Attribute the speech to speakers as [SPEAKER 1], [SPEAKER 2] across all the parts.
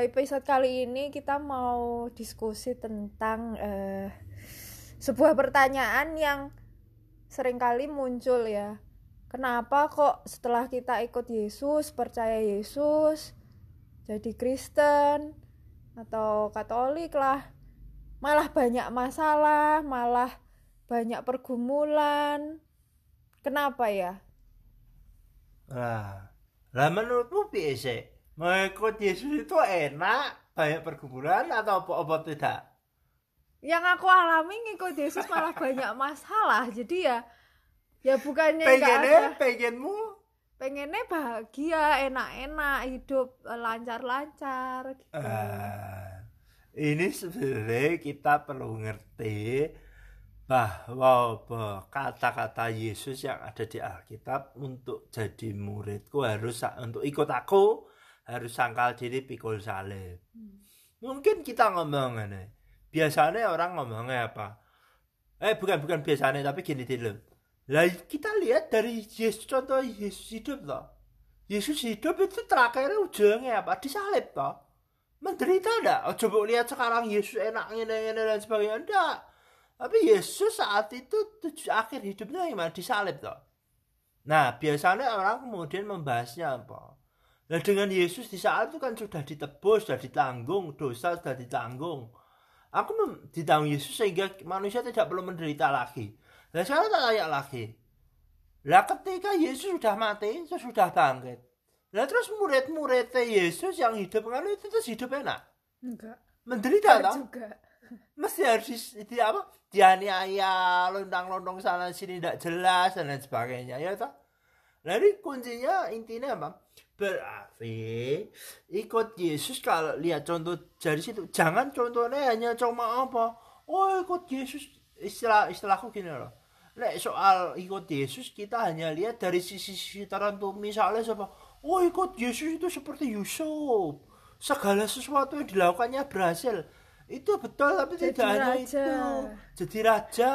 [SPEAKER 1] episode kali ini kita mau diskusi tentang sebuah pertanyaan yang seringkali muncul ya. Kenapa kok setelah kita ikut Yesus, percaya Yesus, jadi Kristen atau Katolik lah, malah banyak masalah, malah banyak pergumulan. Kenapa ya?
[SPEAKER 2] Lah menurutmu piye sih? Mengikut Yesus itu enak, banyak pergumulan atau apa tidak?
[SPEAKER 1] Yang aku alami ngikut Yesus malah banyak masalah. Jadi ya bukannya enggak ada. Pengennya bahagia, enak-enak, hidup lancar-lancar gitu.
[SPEAKER 2] Ini sebenarnya kita perlu ngerti bahwa kata-kata Yesus yang ada di Alkitab untuk jadi muridku untuk ikut aku harus sangkal diri pikul salib. Mungkin kita ngomongnya, biasanya orang ngomongnya apa? Bukan biasanya, tapi gini dulu. Lah kita lihat dari Yesus, contoh Yesus hidup toh. Yesus hidup itu terakhirnya ujungnya apa? Disalib toh. Menderita enggak? Coba lihat sekarang Yesus enak ngene dan sebagainya, enggak. Tapi Yesus saat itu akhir hidupnya gimana? Disalib toh. Nah, biasanya orang kemudian membahasnya apa? Nah, dengan Yesus disalib itu kan sudah ditebus, sudah ditanggung, dosa sudah ditanggung. Aku ditanggung Yesus sehingga manusia tidak perlu menderita lagi. Nah, sekarang tak tanya lagi. Lah ketika Yesus sudah mati, sudah bangkit. Nah, terus murid-muridnya Yesus yang hidup kan itu terus hidup enak?
[SPEAKER 1] Enggak.
[SPEAKER 2] Menderita toh?
[SPEAKER 1] Juga.
[SPEAKER 2] Mesti harus dianiaya, lontang-lontong sana sini tidak jelas dan lain sebagainya, ya toh. Jadi kuncinya intinya apa? Berarti ikut Yesus kalau lihat contoh dari situ, jangan contohnya hanya cuma apa? Oh, ikut Yesus, istilahku gini loh. Nek soal ikut Yesus kita hanya lihat dari sisi tertentu, misalnya siapa? Oh, ikut Yesus itu seperti Yusuf, segala sesuatu yang dilakukannya berhasil. Itu betul, tapi
[SPEAKER 1] Jadi
[SPEAKER 2] tidak hanya
[SPEAKER 1] raja.
[SPEAKER 2] itu. Jadi raja,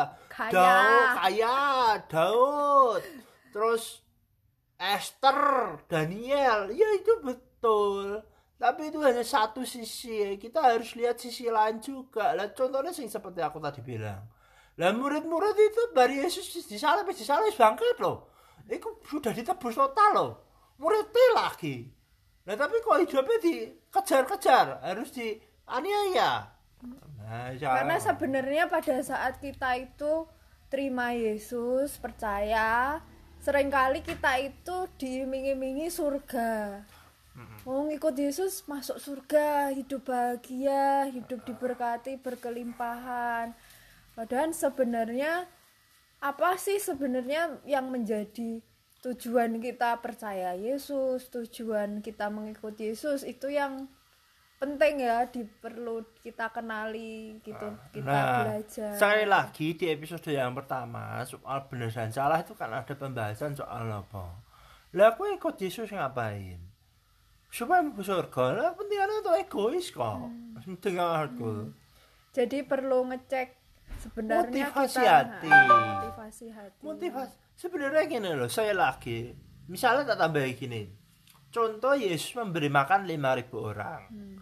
[SPEAKER 1] Kaya.
[SPEAKER 2] Daud, terus Esther, Daniel, ya itu betul. Tapi itu hanya satu sisi. Kita harus lihat sisi lain juga. Lah contohnya seperti aku tadi bilang. Lah murid-murid itu dari Yesus disalib bangkit loh. Itu sudah ditebus total loh. Muridnya lagi. Nah tapi kok hidupnya dikejar-kejar, harus dianiaya. Nah,
[SPEAKER 1] Karena sebenarnya pada saat kita itu terima Yesus, percaya, seringkali kita itu diiming-imingi surga. Mau ngikut Yesus masuk surga, hidup bahagia, hidup diberkati, berkelimpahan. Padahal sebenarnya apa sih sebenarnya yang menjadi tujuan kita percaya Yesus, tujuan kita mengikuti Yesus, itu yang penting ya, perlu kita kenali gitu, kita belajar.
[SPEAKER 2] Sekali lagi di episode yang pertama soal benar dan salah itu kan ada pembahasan soal apa. Lah aku ikut Yesus ngapain? Supaya masuk surga. Lah pentingnya itu egois kok. Dengar aku.
[SPEAKER 1] Jadi perlu ngecek sebenarnya
[SPEAKER 2] motivasi hati.
[SPEAKER 1] Motivasi.
[SPEAKER 2] Sebenarnya gini loh, saya lagi. Misalnya tak tambah gini. Contoh Yesus memberi makan 5.000 orang.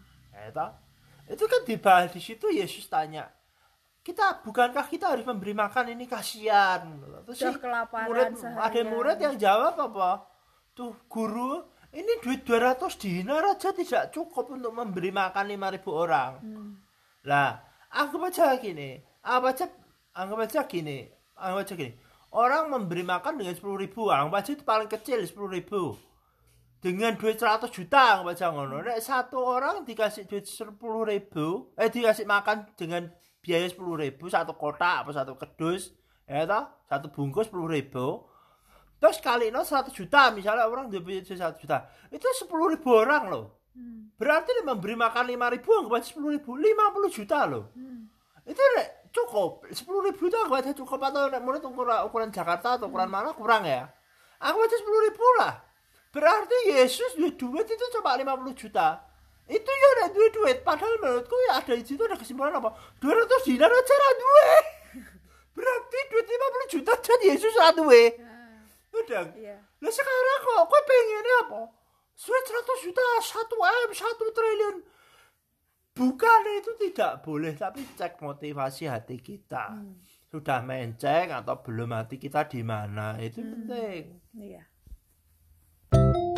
[SPEAKER 2] Itu kan dibahas di situ. Yesus tanya, bukankah kita harus memberi makan ini, kasihan? Terus
[SPEAKER 1] kelaparan
[SPEAKER 2] ada murid yang jawab apa? Tuh guru, ini duit 200 dinar aja tidak cukup untuk memberi makan 5.000 orang. Lah, anggap aja gini. Orang memberi makan dengan 10.000, anggap aja itu paling kecil 10.000. Dengan duit 100 juta, anggap aja ngono. Nek satu orang dikasih duit 10.000, dikasih makan dengan biaya 10.000, satu kotak apa satu kedus, ya toh, satu bungkus 10.000. Terus kali 100 juta, misalnya orang duit 1 juta, itu 10.000 orang loh. Berarti dia memberi makan 5.000, anggap aja 10.000, 50 juta loh. Itu cukup. 10.000 itu anggap aja cukup, atau menurut ukuran Jakarta atau ukuran mana kurang ya. Anggap aja 10.000 lah. Berarti Yesus duit itu cuma 50 juta. Itu ya ada duit. Padahal menurutku ya ada di situ ada kesimpulan apa? 200 dinar aja lah duit. Berarti duit 50 juta jadi Yesus lah duit. Udah. Nah sekarang kok pengennya apa? duit 100 juta, 1 M, 1 triliun. Bukan, itu tidak boleh, tapi cek motivasi hati kita. Sudah menceng atau belum hati kita di mana, itu penting.
[SPEAKER 1] Iya.